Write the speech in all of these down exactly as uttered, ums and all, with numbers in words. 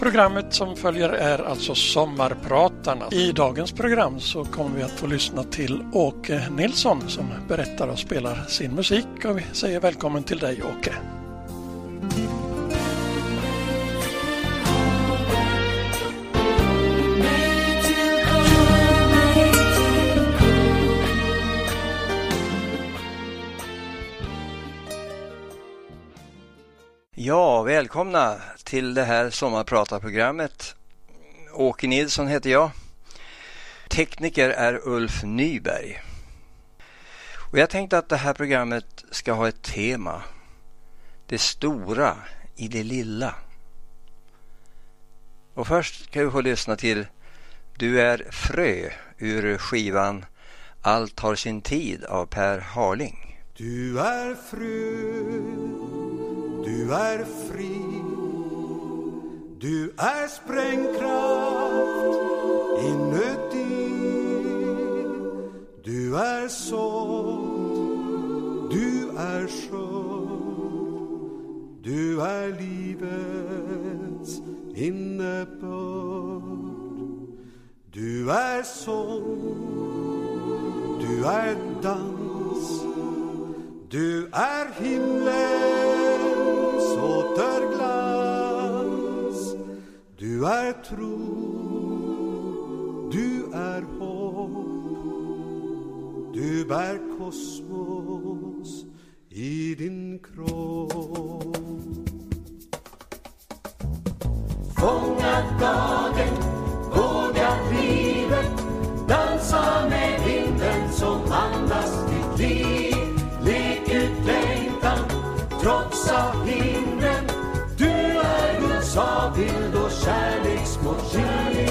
Programmet som följer är alltså Sommarpratarna. I dagens program så kommer vi att få lyssna till Åke Nilsson som berättar och spelar sin musik. Och vi säger välkommen till dig, Åke. Ja, välkomna till det här sommarpratarprogrammet. Åke Nilsson heter jag. Tekniker är Ulf Nyberg. Och jag tänkte att det här programmet ska ha ett tema. Det stora i det lilla. Och först ska vi få lyssna till Du är frö ur skivan Allt har sin tid av Per Harling. Du är frö, du är fri, du är sprängkraft inuti. Du är sådd, du är skörd, du är livets innebörd. Du är sång, du är dans, du är himlens återglans. Du är tro, du är hopp, du bär kosmos i din kropp. Fånga dagen, våga livet, dansa med vinden som andas ditt liv. Lek ut längtan, trotsa hindren. Du är Guds avbild och kärleksmotiv.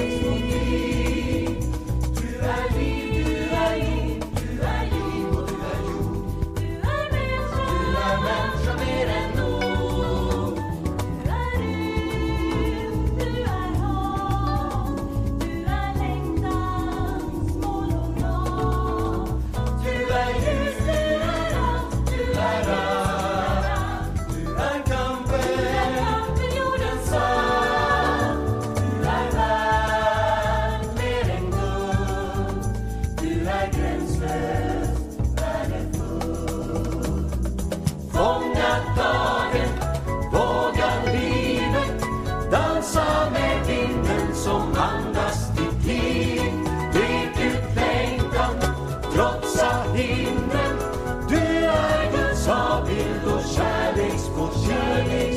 Du är liv, du är liv, du är liv och du är jord. Du är människa, du är människa mer än nog. Du är ut, du är hav, du är längtans mål och dag. Du är ljus, du är allt, du är allt. Du är kampen, du är kampen jordens salt. Du är värd mer än guld. Du är gränslöst värdefull. Fånga dagen, våga livet, dansa med vinden som andas ditt liv. Lek ut längtan, trotsa hindren. Du är Guds avbild och kärleksmotiv.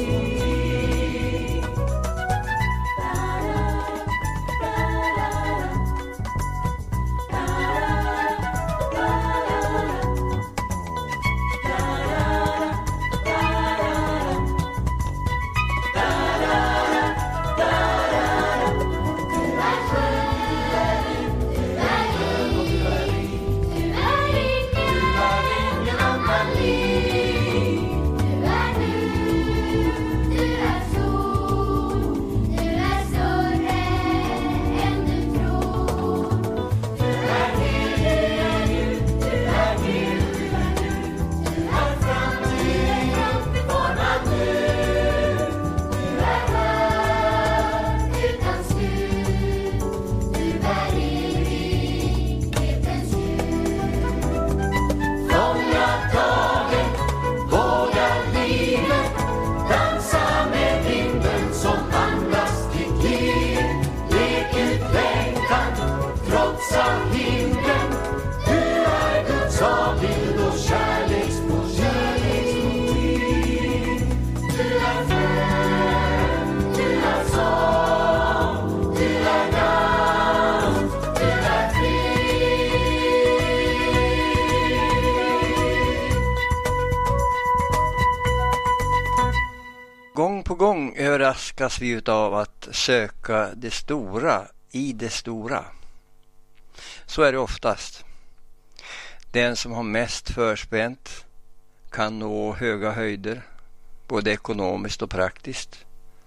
Gång på gång överraskas vi av att söka det stora i det stora. Så är det oftast. Den som har mest förspänt kan nå höga höjder, både ekonomiskt och praktiskt.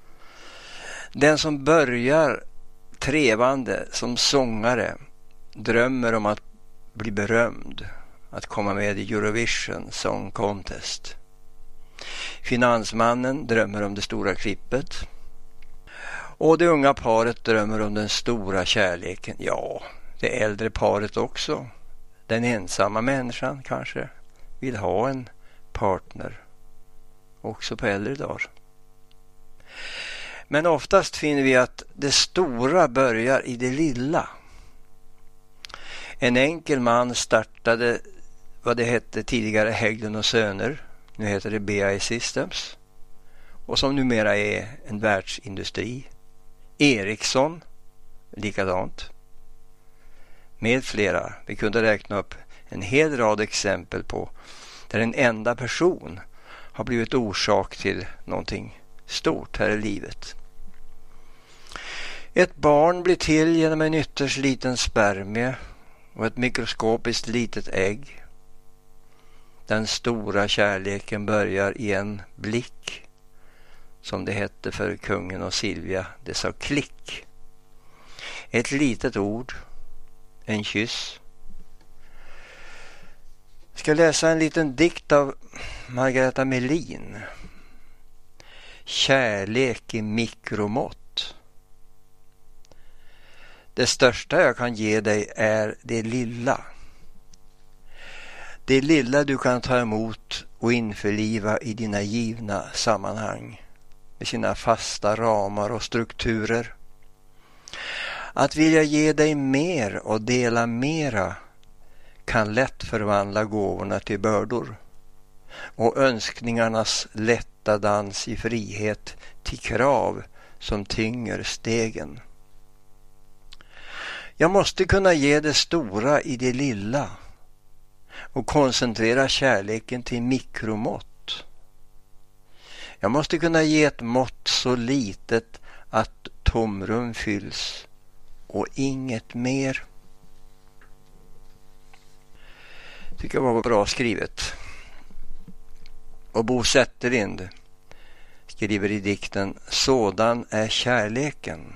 Den som börjar trevande som sångare drömmer om att bli berömd, att komma med i Eurovision Song Contest. Finansmannen drömmer om det stora klippet. Och det unga paret drömmer om den stora kärleken. Ja, det äldre paret också. Den ensamma människan kanske vill ha en partner också på äldre dagar. Men oftast finner vi att det stora börjar i det lilla. En enkel man startade vad det hette tidigare Hägglund och Söner. Nu heter det B A E Systems. Och som numera är en världsindustri. Ericsson, likadant. Med flera. Vi kunde räkna upp en hel rad exempel på där en enda person har blivit orsak till någonting stort här i livet. Ett barn blir till genom en ytterst liten spermie och ett mikroskopiskt litet ägg. Den stora kärleken börjar i en blick. Som det hette för kungen och Silvia, det sa klick. Ett litet ord, en kyss. Jag ska läsa en liten dikt av Margareta Melin. Kärlek i mikromått. Det största jag kan ge dig är det lilla. Det lilla du kan ta emot och införliva i dina givna sammanhang. Med sina fasta ramar och strukturer. Att vilja ge dig mer och dela mera kan lätt förvandla gåvorna till bördor. Och önskningarnas lätta dans i frihet till krav som tynger stegen. Jag måste kunna ge det stora i det lilla och koncentrera kärleken till mikromått. Jag måste kunna ge ett mått så litet att tomrum fylls och inget mer. Tycker jag var bra skrivet. Och Bo Zetterlind skriver i dikten Sådan är kärleken.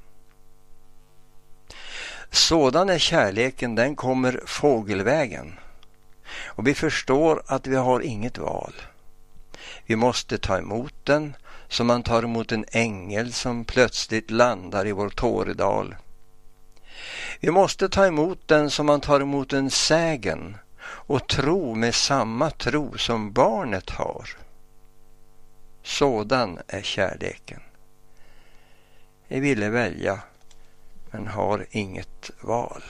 Sådan är kärleken, den kommer fågelvägen. Och vi förstår att vi har inget val. Vi måste ta emot den som man tar emot en ängel som plötsligt landar i vår Tåredal. Vi måste ta emot den som man tar emot en sägen och tro med samma tro som barnet har. Sådan är kärleken. Jag ville välja men har inget val.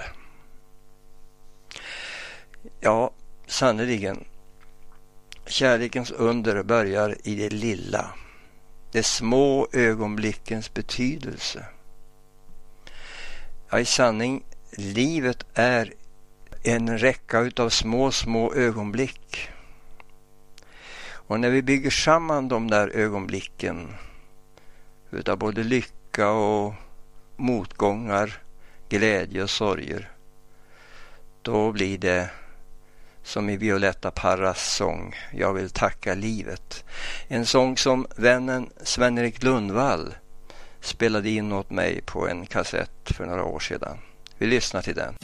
Ja, sannoliken. Kärlekens under börjar i det lilla. De små ögonblickens betydelse. Ja, i sanning, livet är en räcka utav små, små ögonblick. Och när vi bygger samman de där ögonblicken utav både lycka och motgångar, glädje och sorger, då blir det som i Violetta Parras sång Jag vill tacka livet. En sång som vännen Sven-Erik Lundvall spelade in åt mig på en kassett för några år sedan. Vi lyssnar till den.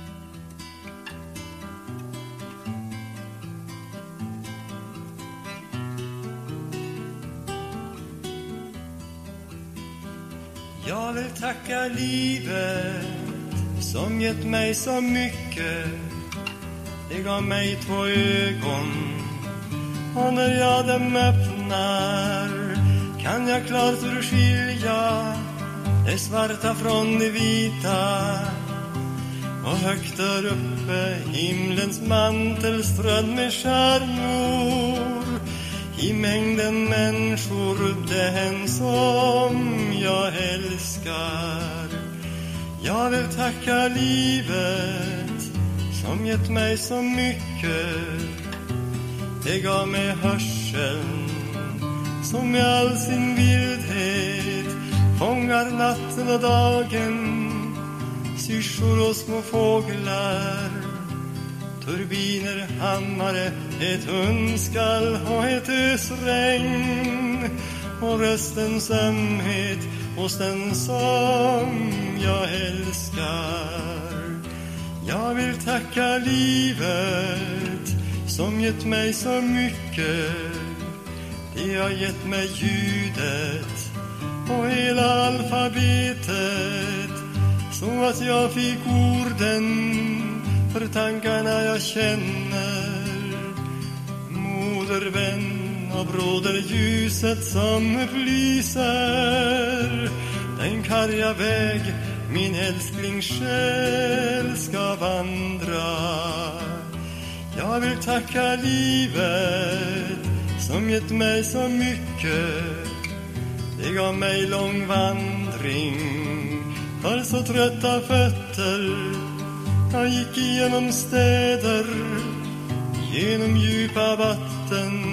Jag vill tacka livet som gett mig så mycket. Det gav mig två ögon och när jag dem öppnar kan jag klart urskilja det svarta från det vita. Och högt där uppe himlens mantel strödd med stjärnor. I mängden människor den som jag älskar. Jag vill tacka livet som gett mig så mycket. Det gav mig hörseln som i all sin vildhet fångar natten och dagen, syrsor och små fåglar, turbiner, hammare, ett hundskall och ett ösregn och röstens ömhet hos den som jag älskar. Jag vill tacka livet som gett mig så mycket. Det har gett mig ljudet och hela alfabetet, så att jag fick orden för tankarna jag känner. Modervän av broderljuset som upplyser den karga väg min älskling själ ska vandra. Jag vill tacka livet som gett mig så mycket. Det gav mig lång vandring för så trötta fötter. Jag gick igenom städer, genom djupa vatten,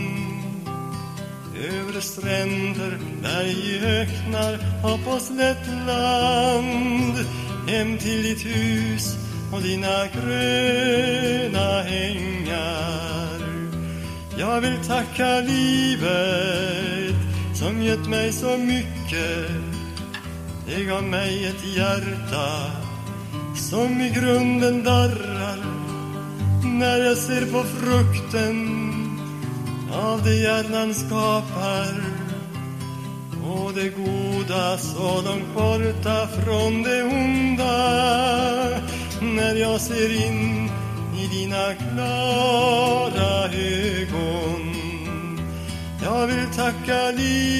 över stränder, berg, öknar och på slätt land, hem till ditt hus och dina gröna ängar. Jag vill tacka livet som gett mig så mycket. Det gav mig ett hjärta som i grunden darrar när jag ser på frukten av det hjärnan skapar, och det goda så långt borta från det onda. När jag ser in i dina klara ögon, jag vill tacka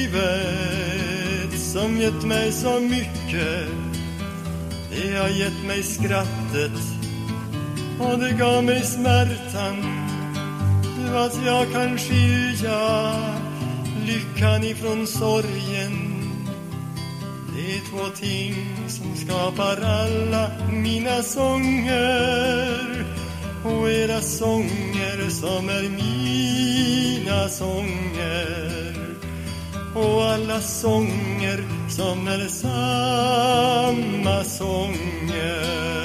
livet som gett mig så mycket. Det har gett mig skrattet och det gav mig smärtan, att jag kan skilja lyckan ifrån sorgen. Det är två ting som skapar alla mina sånger, och era sånger som är mina sånger, och alla sånger som är samma sånger.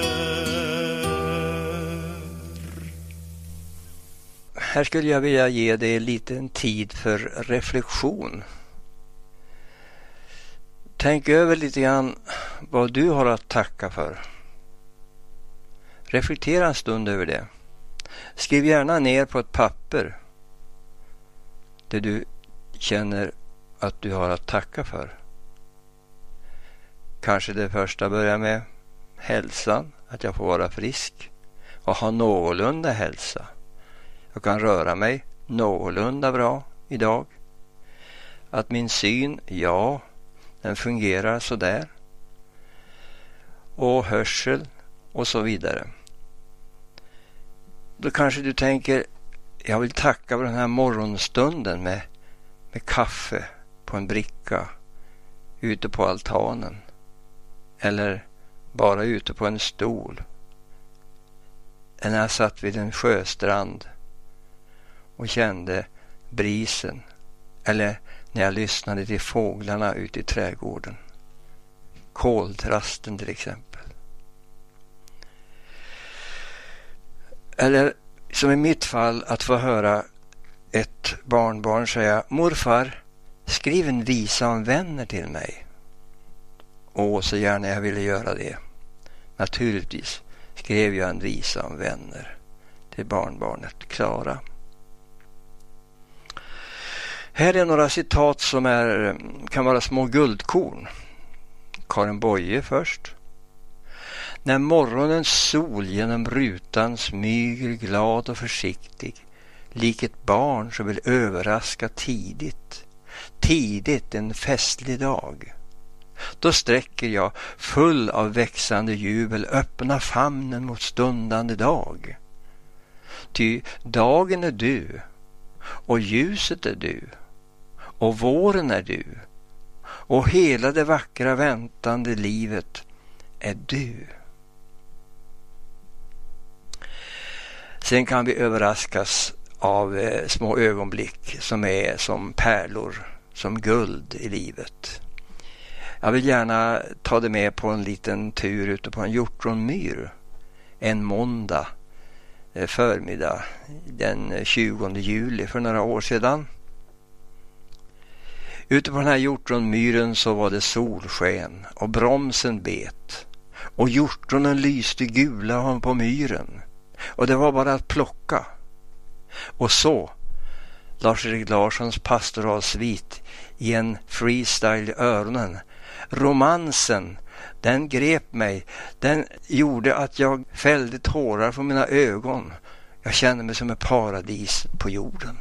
Här skulle jag vilja ge dig lite en tid för reflektion. Tänk över lite grann vad du har att tacka för. Reflektera en stund över det. Skriv gärna ner på ett papper det du känner att du har att tacka för. Kanske det första börjar med hälsan, att jag får vara frisk och ha någorlunda hälsa. Jag kan röra mig någorlunda bra idag. Att min syn, ja, den fungerar så där. Och hörsel och så vidare. Då kanske du tänker, jag vill tacka för den här morgonstunden med, med kaffe på en bricka ute på altanen. Eller bara ute på en stol. Eller när jag satt vid en sjöstrand och kände brisen, eller när jag lyssnade till fåglarna ute i trädgården. Koltrasten till exempel. Eller som i mitt fall att få höra ett barnbarn säga, morfar, skriv en visa om vänner till mig. Åh, så gärna jag ville göra det. Naturligtvis skrev jag en visa om vänner till barnbarnet Klara. Här är några citat som är, kan vara små guldkorn. Karin Boye först. När morgonens sol genom rutan smyger glad och försiktig, lik ett barn som vill överraska tidigt, tidigt en festlig dag. Då sträcker jag full av växande jubel öppna famnen mot stundande dag. Ty dagen är du, och ljuset är du, och våren är du, och hela det vackra väntande livet är du. Sen kan vi överraskas av eh, små ögonblick som är som pärlor, som guld i livet. Jag vill gärna ta det med på en liten tur ute på en hjortronmyr en måndag eh, förmiddag den tjugonde juli för några år sedan. Ute på den här hjortronmyren så var det solsken och bromsen bet och hjortronen lyste gula på myren och det var bara att plocka. Och så Lars-Erik Larssons pastoralsvit i en freestyle i öronen. Romansen, den grep mig. Den gjorde att jag fällde tårar från mina ögon. Jag kände mig som ett paradis på jorden.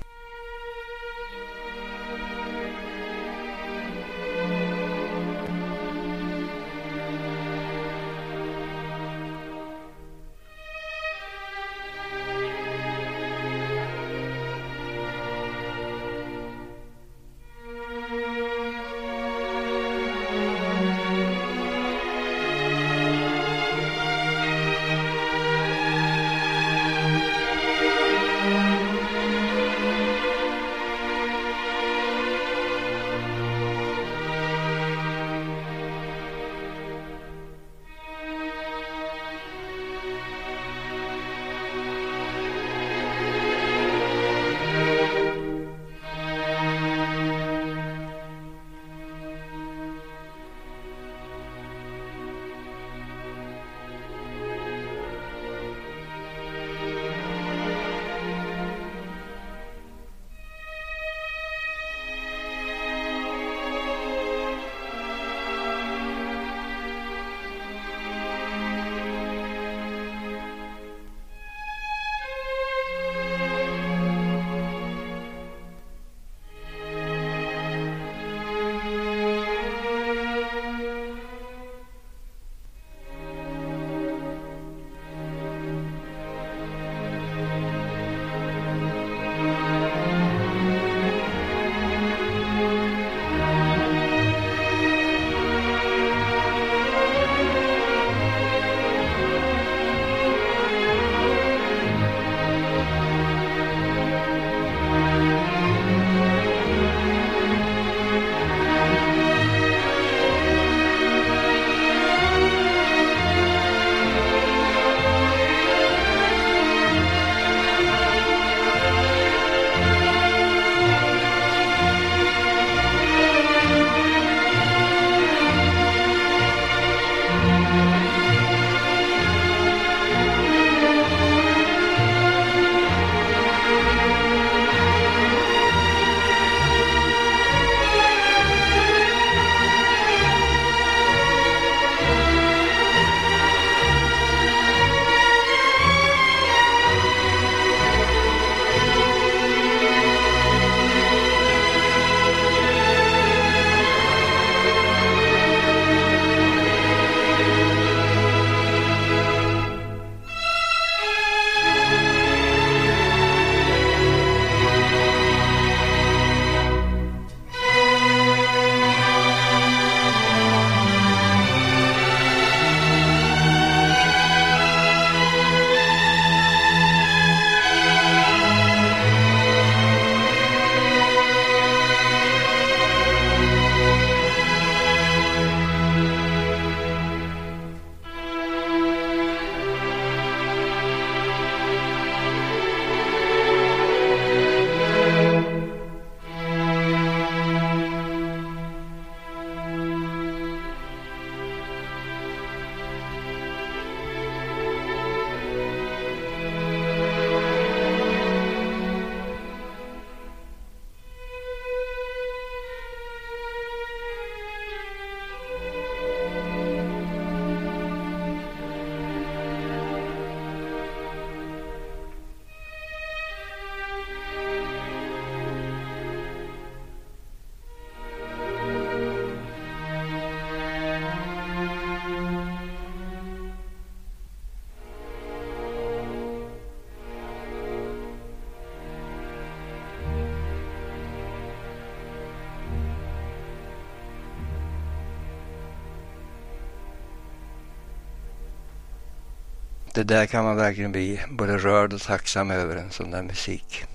Det där kan man verkligen bli både rörd och tacksam över, en sån där musik.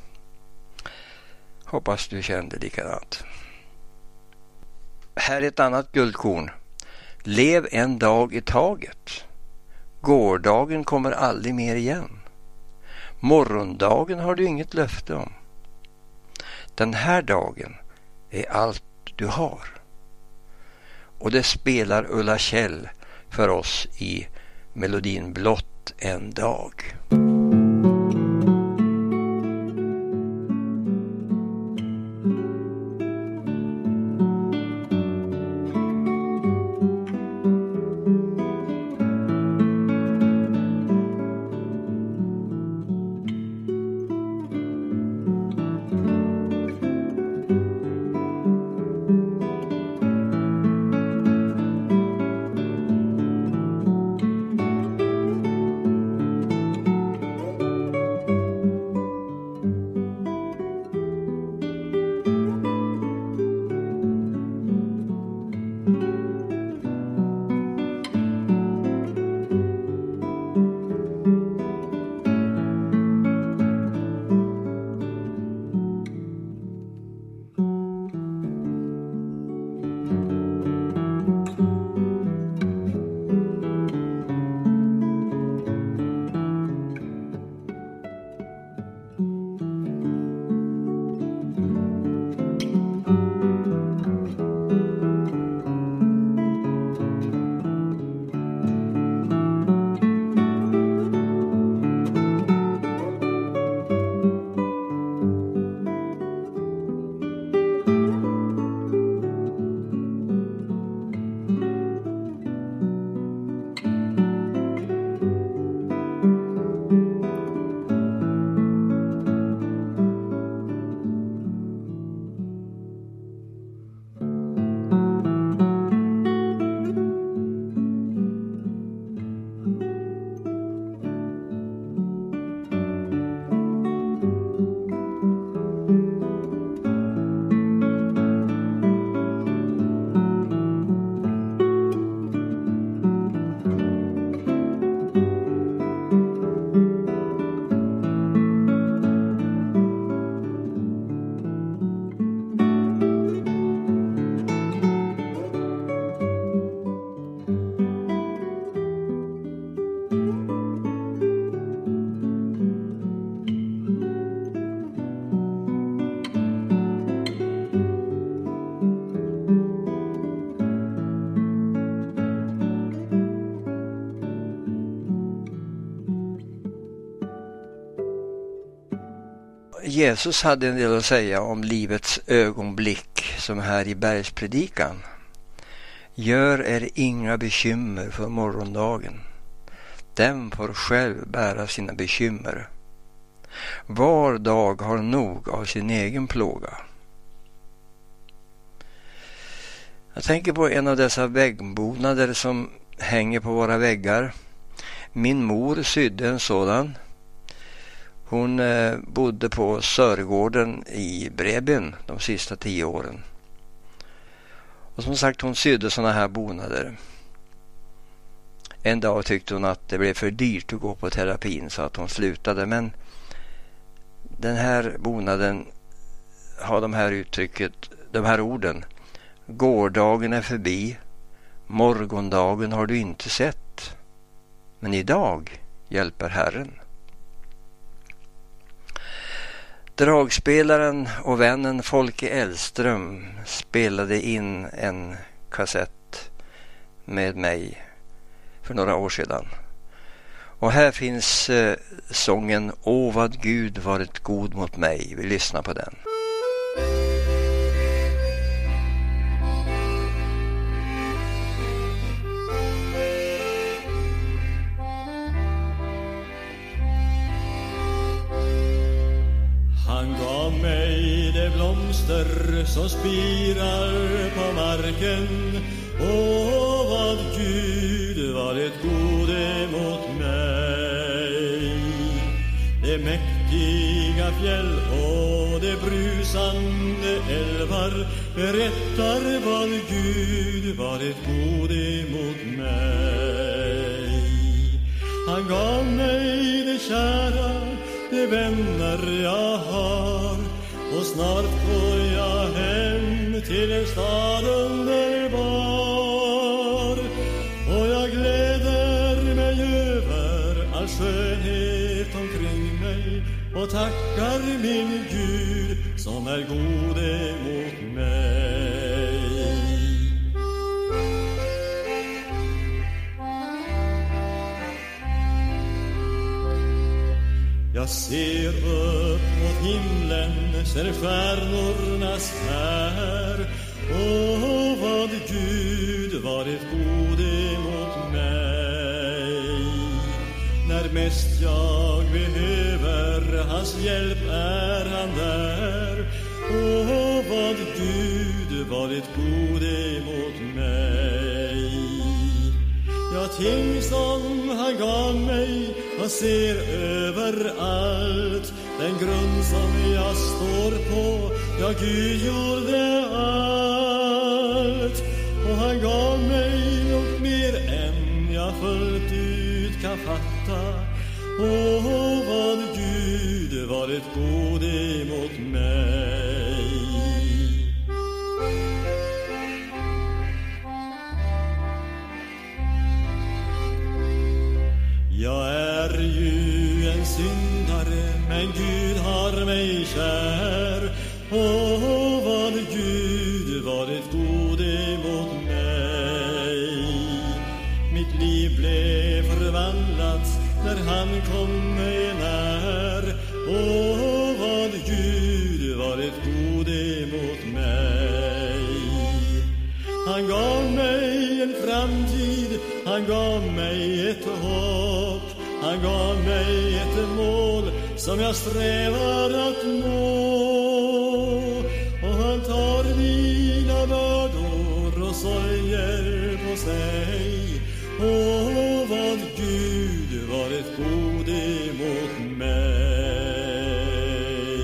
Hoppas du kände likadant. Här är ett annat guldkorn. Lev en dag i taget. Gårdagen kommer aldrig mer igen. Morgondagen har du inget löfte om. Den här dagen är allt du har. Och det spelar Ulla Kjell för oss i melodin Blott en dag. Jesus hade en del att säga om livets ögonblick som här i bergspredikan. Gör er inga bekymmer för morgondagen. Den får själv bära sina bekymmer. Var dag har nog av sin egen plåga. Jag tänker på en av dessa väggbonader som hänger på våra väggar. Min mor sydde en sådan. Hon eh, bodde på Sörgården i Bredbyn de sista tio åren. Och som sagt, hon sydde såna här bonader. En dag tyckte hon att det blev för dyrt att gå på terapin så att hon slutade. Men den här bonaden har de här uttrycket, de här orden. Gårdagen är förbi, morgondagen har du inte sett. Men idag hjälper Herren. Dragspelaren och vännen Folke Elström spelade in en kassett med mig för några år sedan. Och här finns eh, sången Åh vad Gud varit god mot mig. Vi lyssnar på den. Han gav mig de blomster som spirar på marken. Åh, vad Gud varit gode mot mig. De mäktiga fjäll och de brusande älvar berättar vad Gud varit gode mot mig. Han gav mig det kära, de vänner jag har, och snart går jag hem till en stad underbar. Och jag gläder mig över all skönhet omkring mig och tackar min Gud som är gode mot mig. Jag ser upp mot himlen, ser stjärnornas här. Åh, vad Gud varit gode mot mig. När mest jag behöver hans hjälp är han där. Åh, vad Gud varit gode mot mig. Ja, ting som han gav mig, jag ser överallt. Den grund som jag står på, ja, Gud gjorde allt. Och han gav mig något mer än jag fullt ut kan fatta. Åh, vad Gud varit gode mot mig. Jag är ju en syndare, men Gud har mig kär. Åh, vad Gud varit gode mot mig. Mitt liv blev förvandlat när han kom mig när. Åh, vad Gud varit gode mot mig. Han gav mig en framtid, han gav mig ett hopp. Han gav mig ett mål som jag strävar att nå. Och han tar mina bördor och sorger på sig. Åh, vad Gud varit gode mot mig.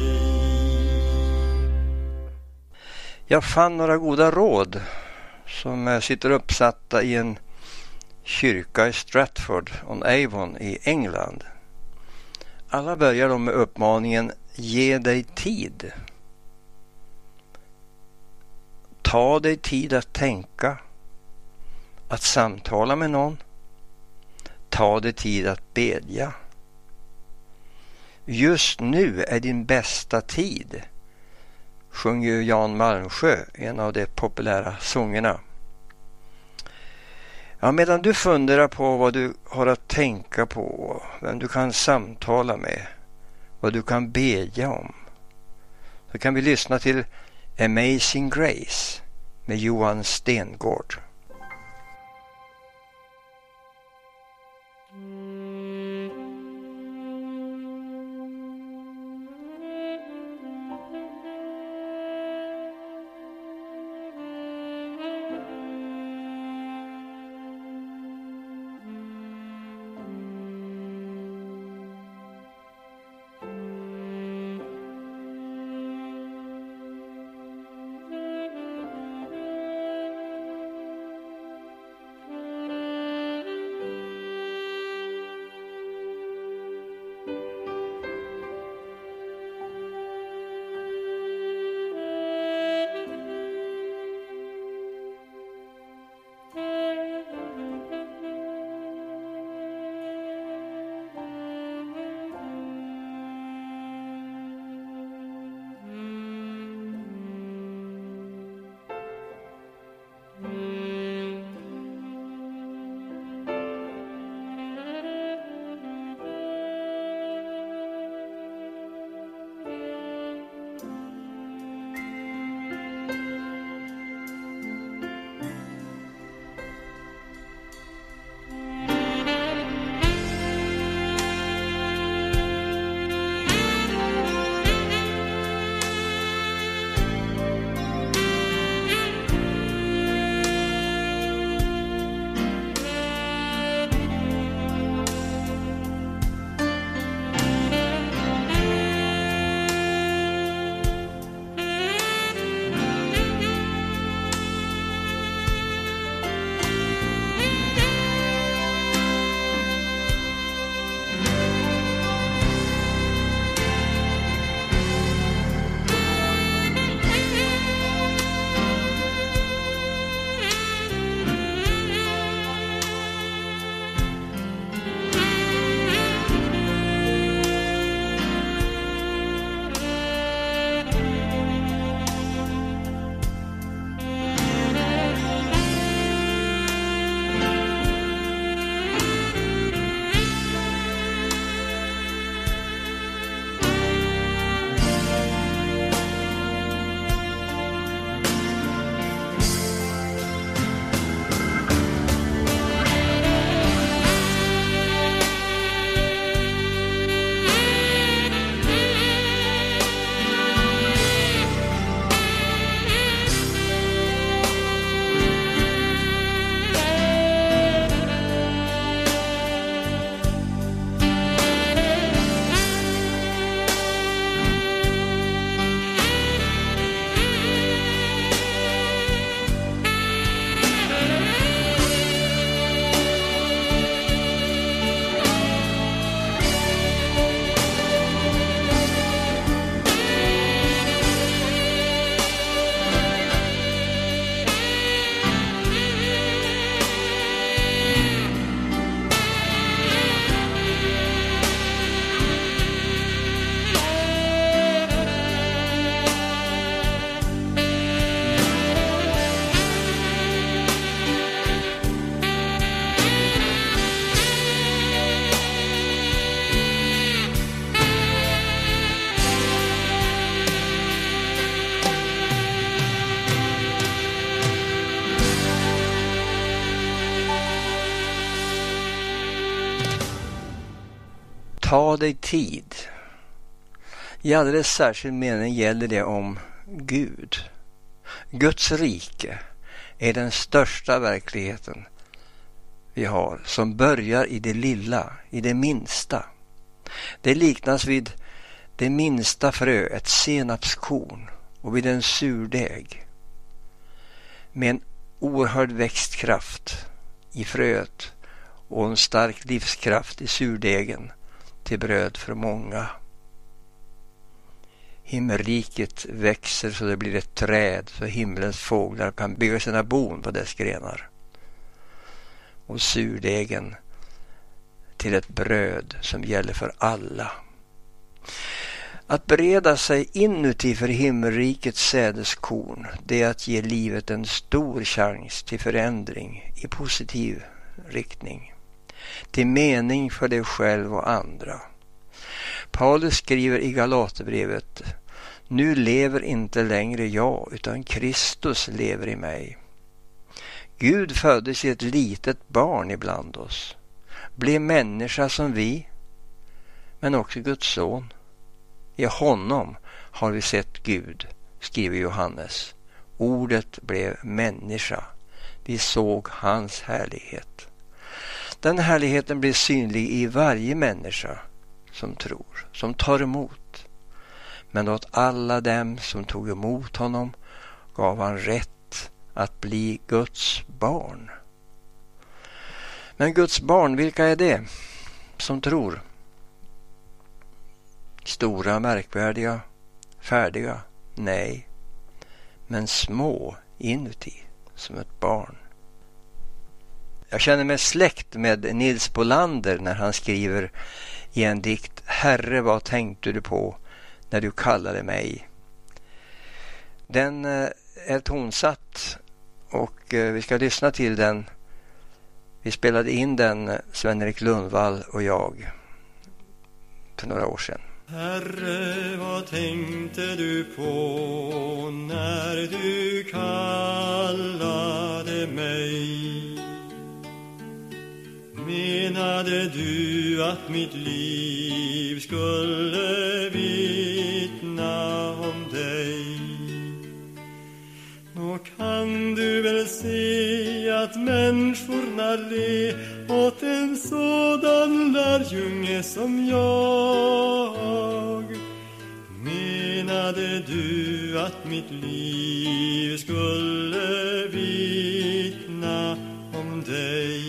Jag fann några goda råd som sitter uppsatta i en kyrka i Stratford-on-Avon i England. Alla börjar de med uppmaningen ge dig tid. Ta dig tid att tänka, att samtala med någon. Ta dig tid att bedja. Just nu är din bästa tid, sjunger Jan Malmsjö, en av de populära sångerna. Ja, medan du funderar på vad du har att tänka på, vem du kan samtala med, vad du kan bedja om, så kan vi lyssna till Amazing Grace med Johan Stengård. Ta dig tid. I alldeles särskild mening gäller det om Gud. Guds rike är den största verkligheten vi har, som börjar i det lilla, i det minsta. Det liknas vid det minsta frö, ett senapskorn, och vid en surdeg. Med en oerhörd växtkraft i fröet och en stark livskraft i surdegen till bröd för många. Himmelriket växer så det blir ett träd så himlens fåglar kan bygga sina bon på dess grenar. Och surdegen till ett bröd som gäller för alla. Att bereda sig inuti för himmelrikets sädeskorn, det är att ge livet en stor chans till förändring i positiv riktning. Till mening för dig själv och andra. Paulus skriver i Galaterbrevet: Nu lever inte längre jag, utan Kristus lever i mig. Gud föddes i ett litet barn ibland oss, blev människa som vi, men också Guds son. I honom har vi sett Gud, skriver Johannes. Ordet blev människa. Vi såg hans härlighet. Den härligheten blir synlig i varje människa som tror, som tar emot. Men åt alla dem som tog emot honom gav han rätt att bli Guds barn. Men Guds barn, vilka är det som tror? Stora, märkvärdiga, färdiga? Nej, men små inuti, som ett barn. Jag känner mig släkt med Nils Bolander när han skriver i en dikt: Herre, vad tänkte du på när du kallade mig? Den är tonsatt och vi ska lyssna till den. Vi spelade in den, Sven-Erik Lundvall och jag, för några år sedan. Herre, vad tänkte du på när du kallade mig? Menade du att mitt liv skulle vittna om dig? Då kan du väl se att människorna le åt en sådan lärjunge som jag. Menade du att mitt liv skulle vittna om dig?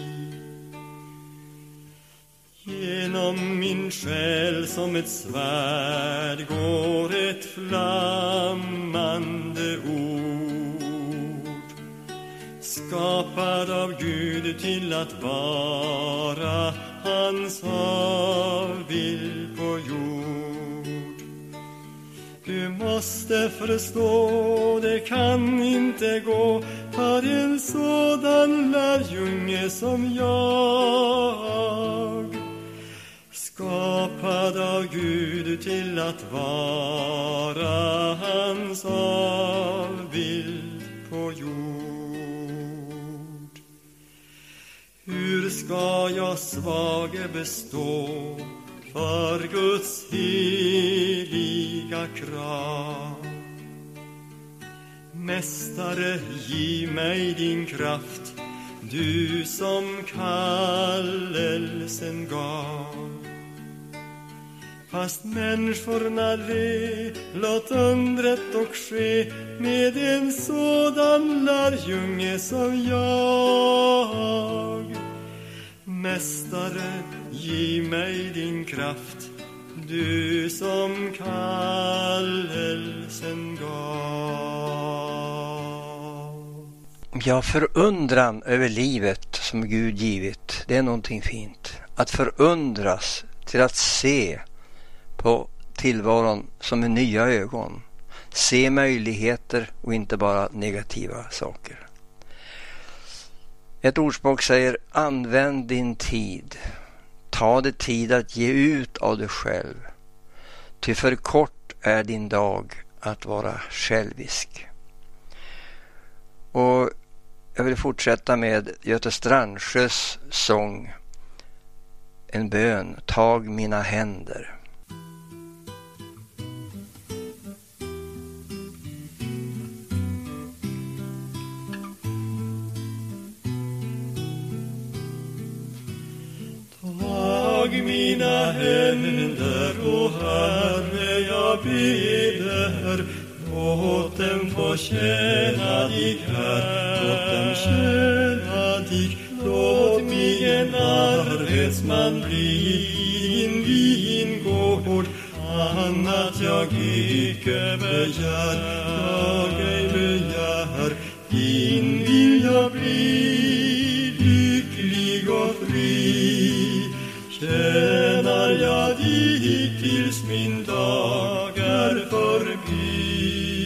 Genom min själ som ett svärd går ett flammande ord, skapad av Gud till att vara hans avbild på jord. Du måste förstå, det kan inte gå för en sådan lärjunge som jag, skapad av Gud till att vara hans avbild på jord. Hur ska jag svage bestå för Guds heliga krav? Mästare, giv mig din kraft, du som kallelsen gav. Fast människorna le, låt undret och ske med en sådan lärjunge som jag. Mästare, giv mig din kraft, du som kallelsen gav. Ja, förundran över livet som Gud givit, det är någonting fint. Att förundras till att se på tillvaron som med nya ögon. Se möjligheter och inte bara negativa saker. Ett ordspråk säger: använd din tid. Ta dig tid att ge ut av dig själv. Ty för kort är din dag att vara självisk. Och jag vill fortsätta med Göte Strandsjös sång, en bön: tag mina händer. Tag mina händer, o Herre, jag beder, låt dem få tjäna dig, Herre, låt dem tjäna dig. Låt mig en arbetsman bli i din vingård, annat jag icke begär, jag ej begär. Din vill jag bli lycklig och fri, tjänar jag dig tills min dag är förbi.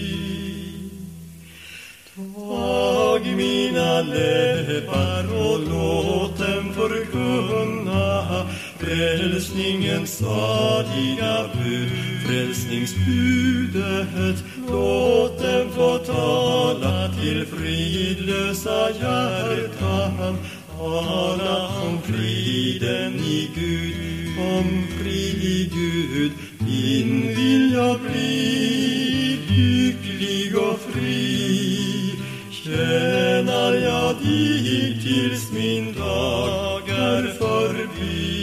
Tag mina läppar och låt dem förkunna frälsningens saliga bud, frälsningsbudet, låt dem få tala till fridlösa hjärtan. Tala om friden i Gud, om frid i Gud. In vill jag bli lycklig och fri. Tjänar jag dig tills min dag är förbi.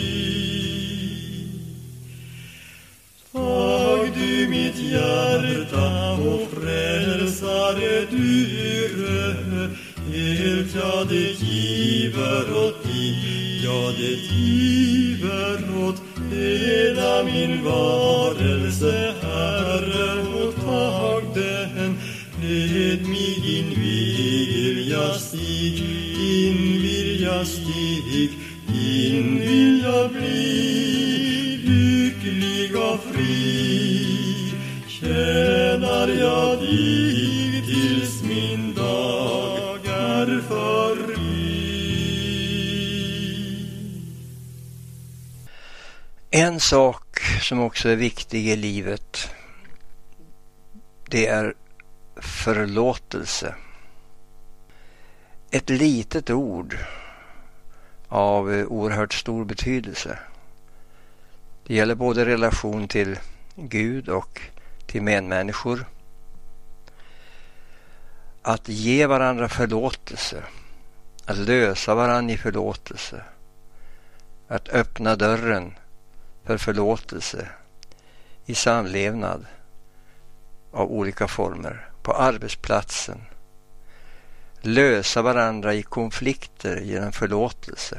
Tag du mitt hjärta och frälsare dyre, helt jag det giver åt dig, jag det giver åt hela min varelse, Herre, och tag den, led mig in vilja stig, in vilja stig, in vill jag bli lycklig och fri. Tjänar jag dig tills min dag är förbi. En sak som också är viktig i livet, det är förlåtelse. Ett litet ord av oerhört stor betydelse. Det gäller både relation till Gud och till medmänniskor. Att ge varandra förlåtelse, att lösa varandra i förlåtelse, att öppna dörren för förlåtelse i samlevnad av olika former, på arbetsplatsen, lösa varandra i konflikter genom förlåtelse.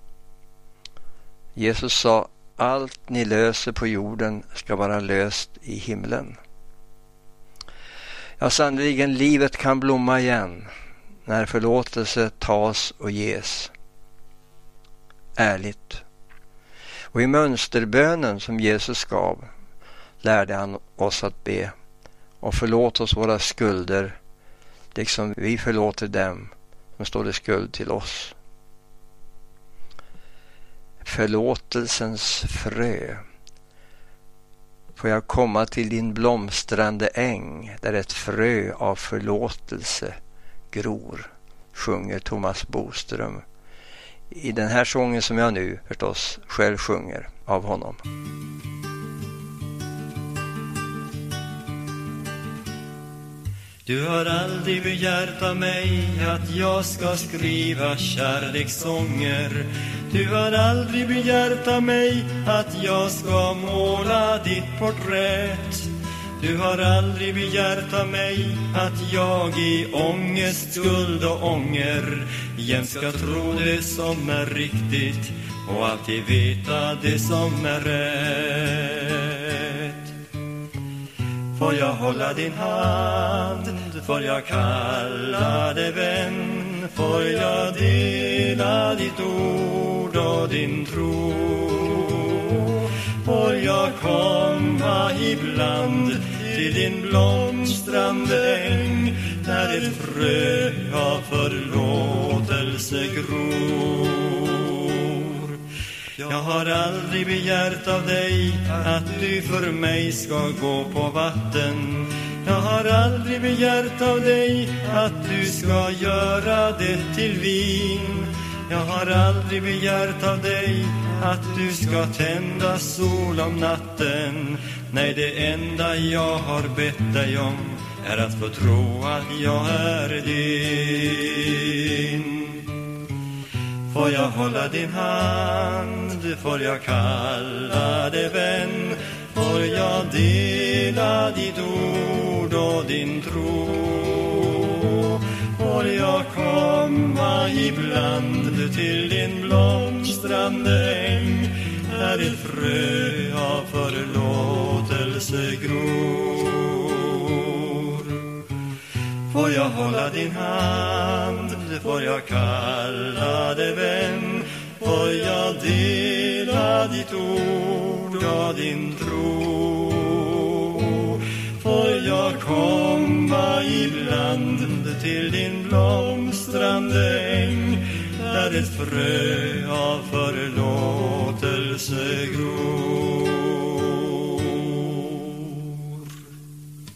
Jesus sa, allt ni löser på jorden ska vara löst i himlen. Ja, sannoliken livet kan blomma igen när förlåtelse tas och ges ärligt. Och i mönsterbönen som Jesus gav lärde han oss att be, och förlåt oss våra skulder liksom vi förlåter dem som står i skuld till oss. Förlåtelsens frö. Får jag komma till din blomstrande äng där ett frö av förlåtelse gror, sjunger Thomas Boström i den här sången som jag nu förstås själv sjunger av honom. Du har aldrig begärt av mig att jag ska skriva kärlekssånger. Du har aldrig begärt av mig att jag ska måla ditt porträtt. Du har aldrig begärt av mig att jag i ångest, skuld och ånger jämt ska tro det som är riktigt och alltid veta det som är rätt. Får jag hålla din hand, får jag kalla dig vän, får jag dela ditt ord och din tro, får jag komma ibland till din blomstrande äng där ett frö av förlåtelse gror. Jag har aldrig begärt av dig att du för mig ska gå på vatten. Jag har aldrig begärt av dig att du ska göra det till vin. Jag har aldrig begärt av dig att du ska tända sol om natten. Nej, det enda jag har bett dig om är att få tro att jag är din. Får jag hålla din hand, får jag kalla dig vän, får jag dela ditt ord och din tro, får jag komma ibland till din blomstrande äng där ett frö av förlåtelse gror. Får jag hålla din hand, får jag kalla dig vän, får jag dela ditt ord och din tro, får jag komma ibland till din blomstrande äng där ett frö av förlåtelse gror.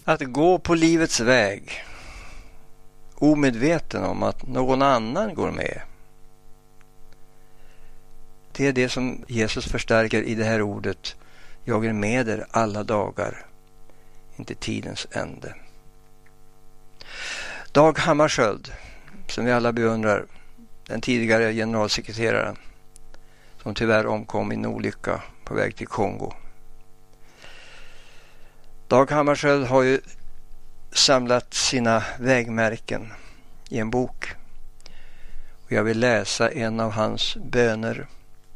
Att gå på livets väg omedveten om att någon annan går med. Det är det som Jesus förstärker i det här ordet. Jag är med er alla dagar, inte tidens ände. Dag Hammarskjöld, som vi alla beundrar, den tidigare generalsekreteraren som tyvärr omkom i en olycka på väg till Kongo. Dag Hammarskjöld har ju samlat sina vägmärken i en bok. Och jag vill läsa en av hans böner.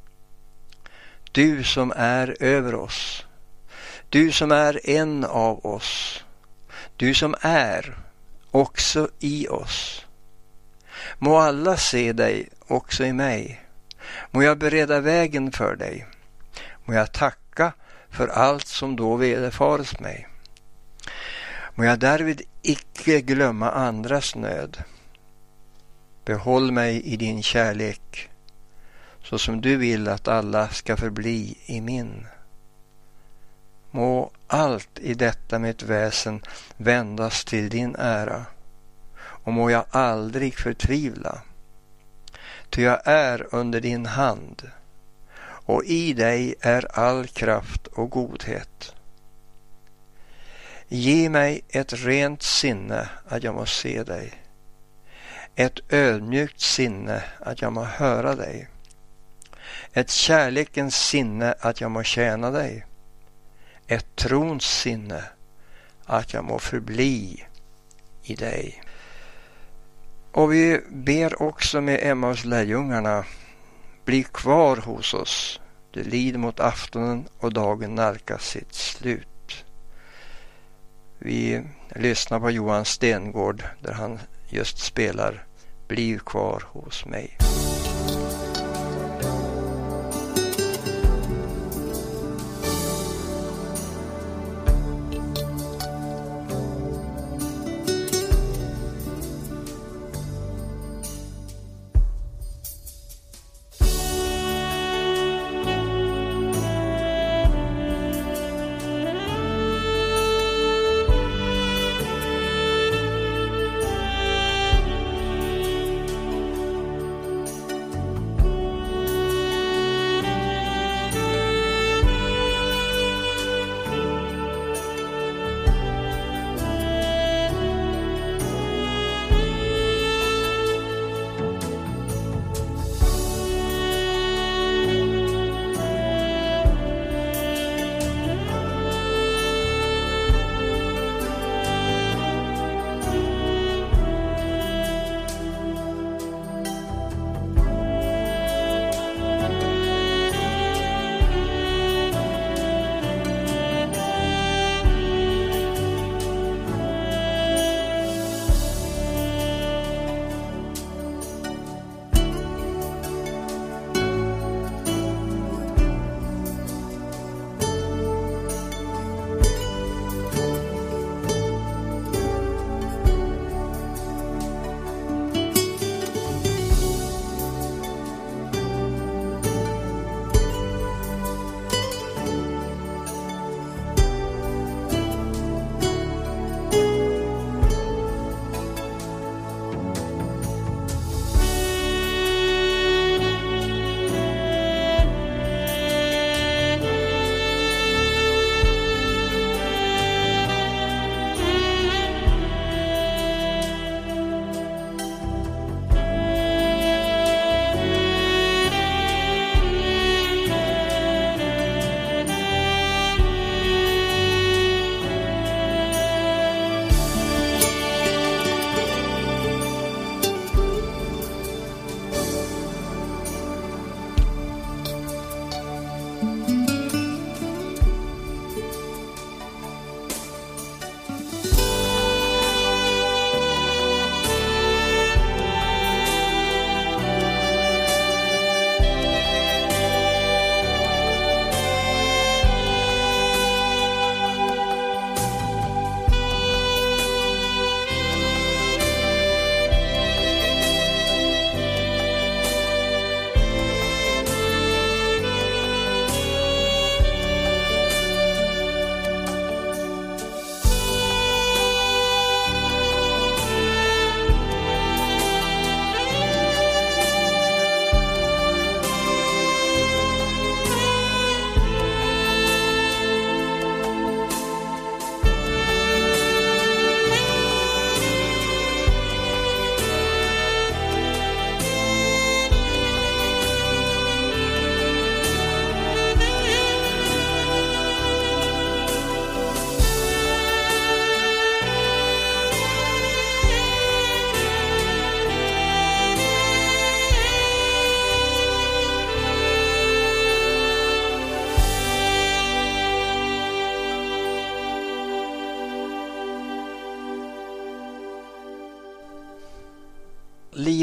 Du som är över oss, du som är en av oss, du som är också i oss. Må alla se dig också i mig. Må jag bereda vägen för dig. Må jag tacka för allt som då vederfares mig. Må jag därvid icke glömma andras nöd. Behåll mig i din kärlek, så som du vill att alla ska förbli i min. Må allt i detta mitt väsen vändas till din ära, och må jag aldrig förtvivla. Ty jag är under din hand, och i dig är all kraft och godhet. Ge mig ett rent sinne att jag må se dig, ett ödmjukt sinne att jag må höra dig, ett kärlekens sinne att jag må tjäna dig, ett trons sinne att jag må förbli i dig. Och vi ber också med Emmaus lärjungarna, bli kvar hos oss, det lider mot aftonen och dagen nalkas sitt slut. Vi lyssnar på Johan Stengård där han just spelar Bliv kvar hos mig.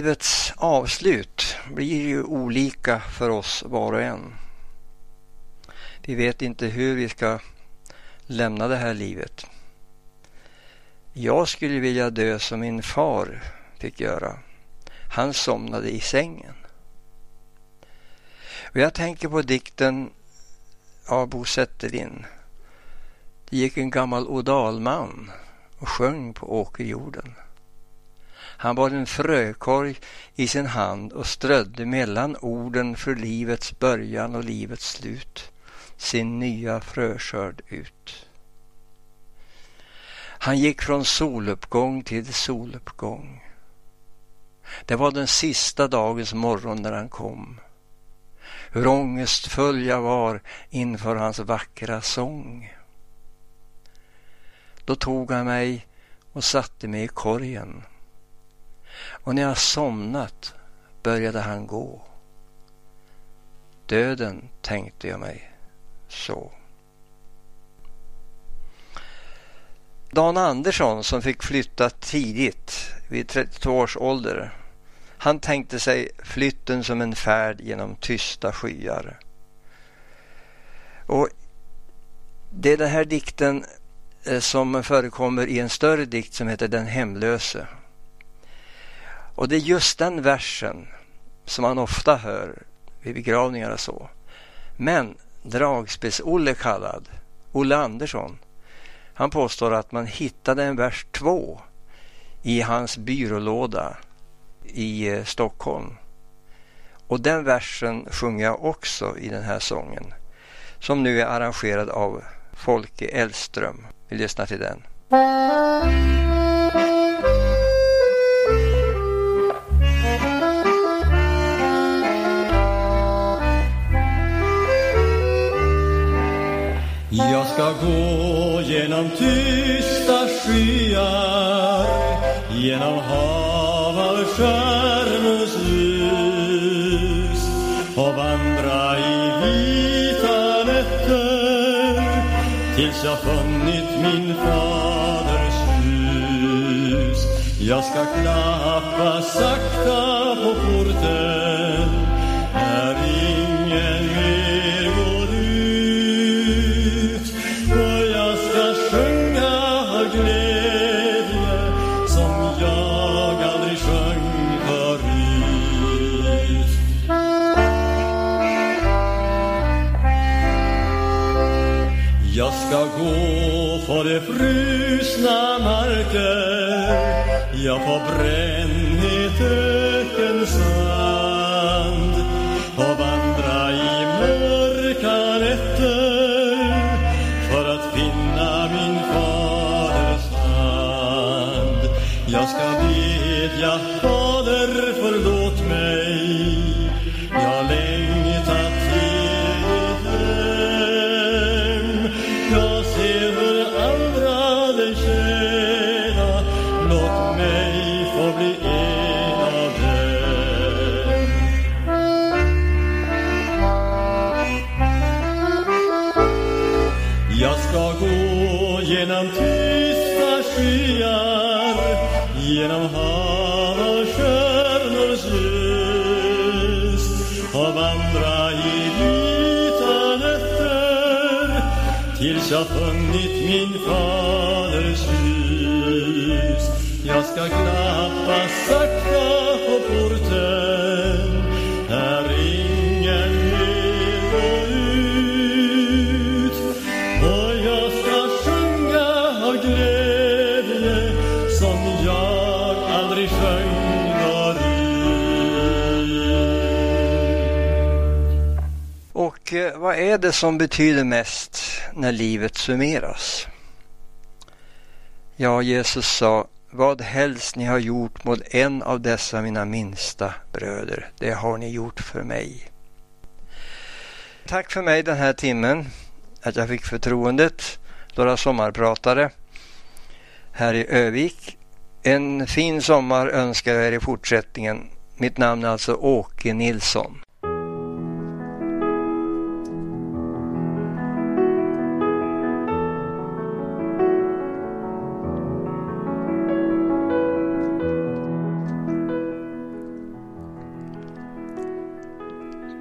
livets avslut blir ju olika för oss var och en. Vi vet inte hur vi ska lämna det här livet. Jag skulle vilja dö som min far fick göra. Han somnade i sängen. Och jag tänker på dikten av Bo Zetterlin. Det gick en gammal odalman och sjöng på åkerjorden. Han bar en frökorg i sin hand och strödde mellan orden för livets början och livets slut sin nya fröskörd ut. Han gick från soluppgång till soluppgång. Det var den sista dagens morgon när han kom. Hur ångestfull jag var inför hans vackra sång. Då tog han mig och satte mig i korgen. Och när jag somnat började han gå. Döden, tänkte jag mig så. Dan Andersson, som fick flytta tidigt vid trettiotvå års ålder, han tänkte sig flytten som en färd genom tysta skyar. Och det är den här dikten som förekommer i en större dikt som heter Den hemlöse. Och det är just den versen som man ofta hör vid begravningar och så. Men Dragspels-Olle kallad, Olle Andersson, han påstår att man hittade en vers två i hans byrålåda i eh, Stockholm. Och den versen sjunger jag också i den här sången, som nu är arrangerad av Folke Elström. Vi lyssnar till den. Jag ska gå genom tysta skyar, genom hav av stjärnors ljus, och vandra i vita nätter tills jag funnit min faders hus. Jag ska klappa sakta på porten när ingen mer går ut, och jag ska sjunga av glädje som jag aldrig sjöng förut. Jag ska gå på de frusna marker, jag på brännhet ökens sand, och vandra i mörka nätter för att finna min faders hand. Jag ska bedja, Fader, förlåt mig, jag längtar till ditt hem. Jag ser hur andra dig tjäna, låt mig få bli en av dem. Jag ska gå genom tysta skyar, genom hav och stjärnors ljus, och vandra i vita nätter tills jag funnit min faders hus. Jag ska klappa sakta på porten när ingen mer går ut, och jag ska sjunga av glädje som jag aldrig sjöng förut. Och eh, vad är det som betyder mest när livet summeras? Ja, Jesus sa: vad helst ni har gjort mot en av dessa mina minsta bröder, det har ni gjort för mig. Tack för mig den här timmen, att jag fick förtroendet, några sommarpratare här i Övik. En fin sommar önskar jag er i fortsättningen. Mitt namn är alltså Åke Nilsson.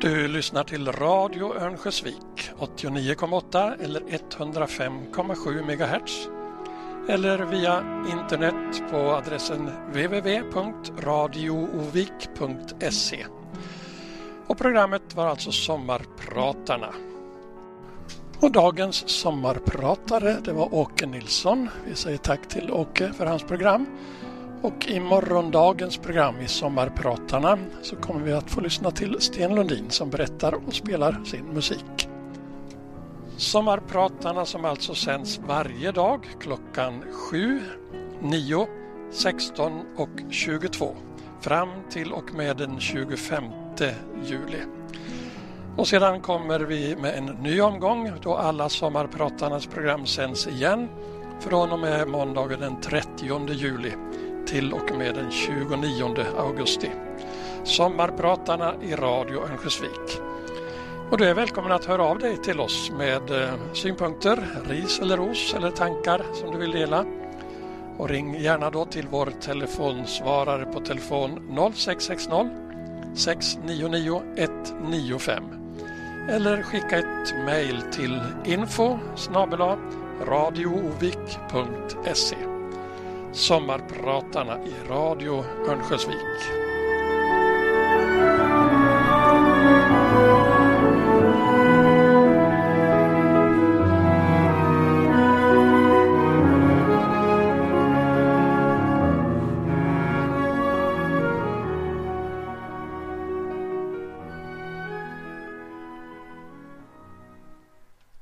Du lyssnar till Radio Örnsköldsvik åttionio komma åtta eller etthundrafem komma sju megahertz eller via internet på adressen w w w punkt radioovik punkt se. Och programmet var alltså Sommarpratarna. Och dagens sommarpratare, det var Åke Nilsson. Vi säger tack till Åke för hans program. Och i morgondagens program i Sommarpratarna så kommer vi att få lyssna till Sten Lundin som berättar och spelar sin musik. Sommarpratarna som alltså sänds varje dag klockan sju, nio, sexton och tjugotvå fram till och med den tjugofemte juli. Och sedan kommer vi med en ny omgång då alla Sommarpratarnas program sänds igen från och med måndagen den trettionde juli till och med den tjugonionde augusti. Sommarpratarna i Radio Örnsköldsvik. Och du är välkommen att höra av dig till oss med eh, synpunkter, ris eller ros eller tankar som du vill dela. Och ring gärna då till vår telefonsvarare på telefon noll sex sex noll, sex nio nio, ett nio fem. Eller skicka ett mejl till info snabel-a radioovik punkt se. Sommarpratarna i Radio Örnsköldsvik.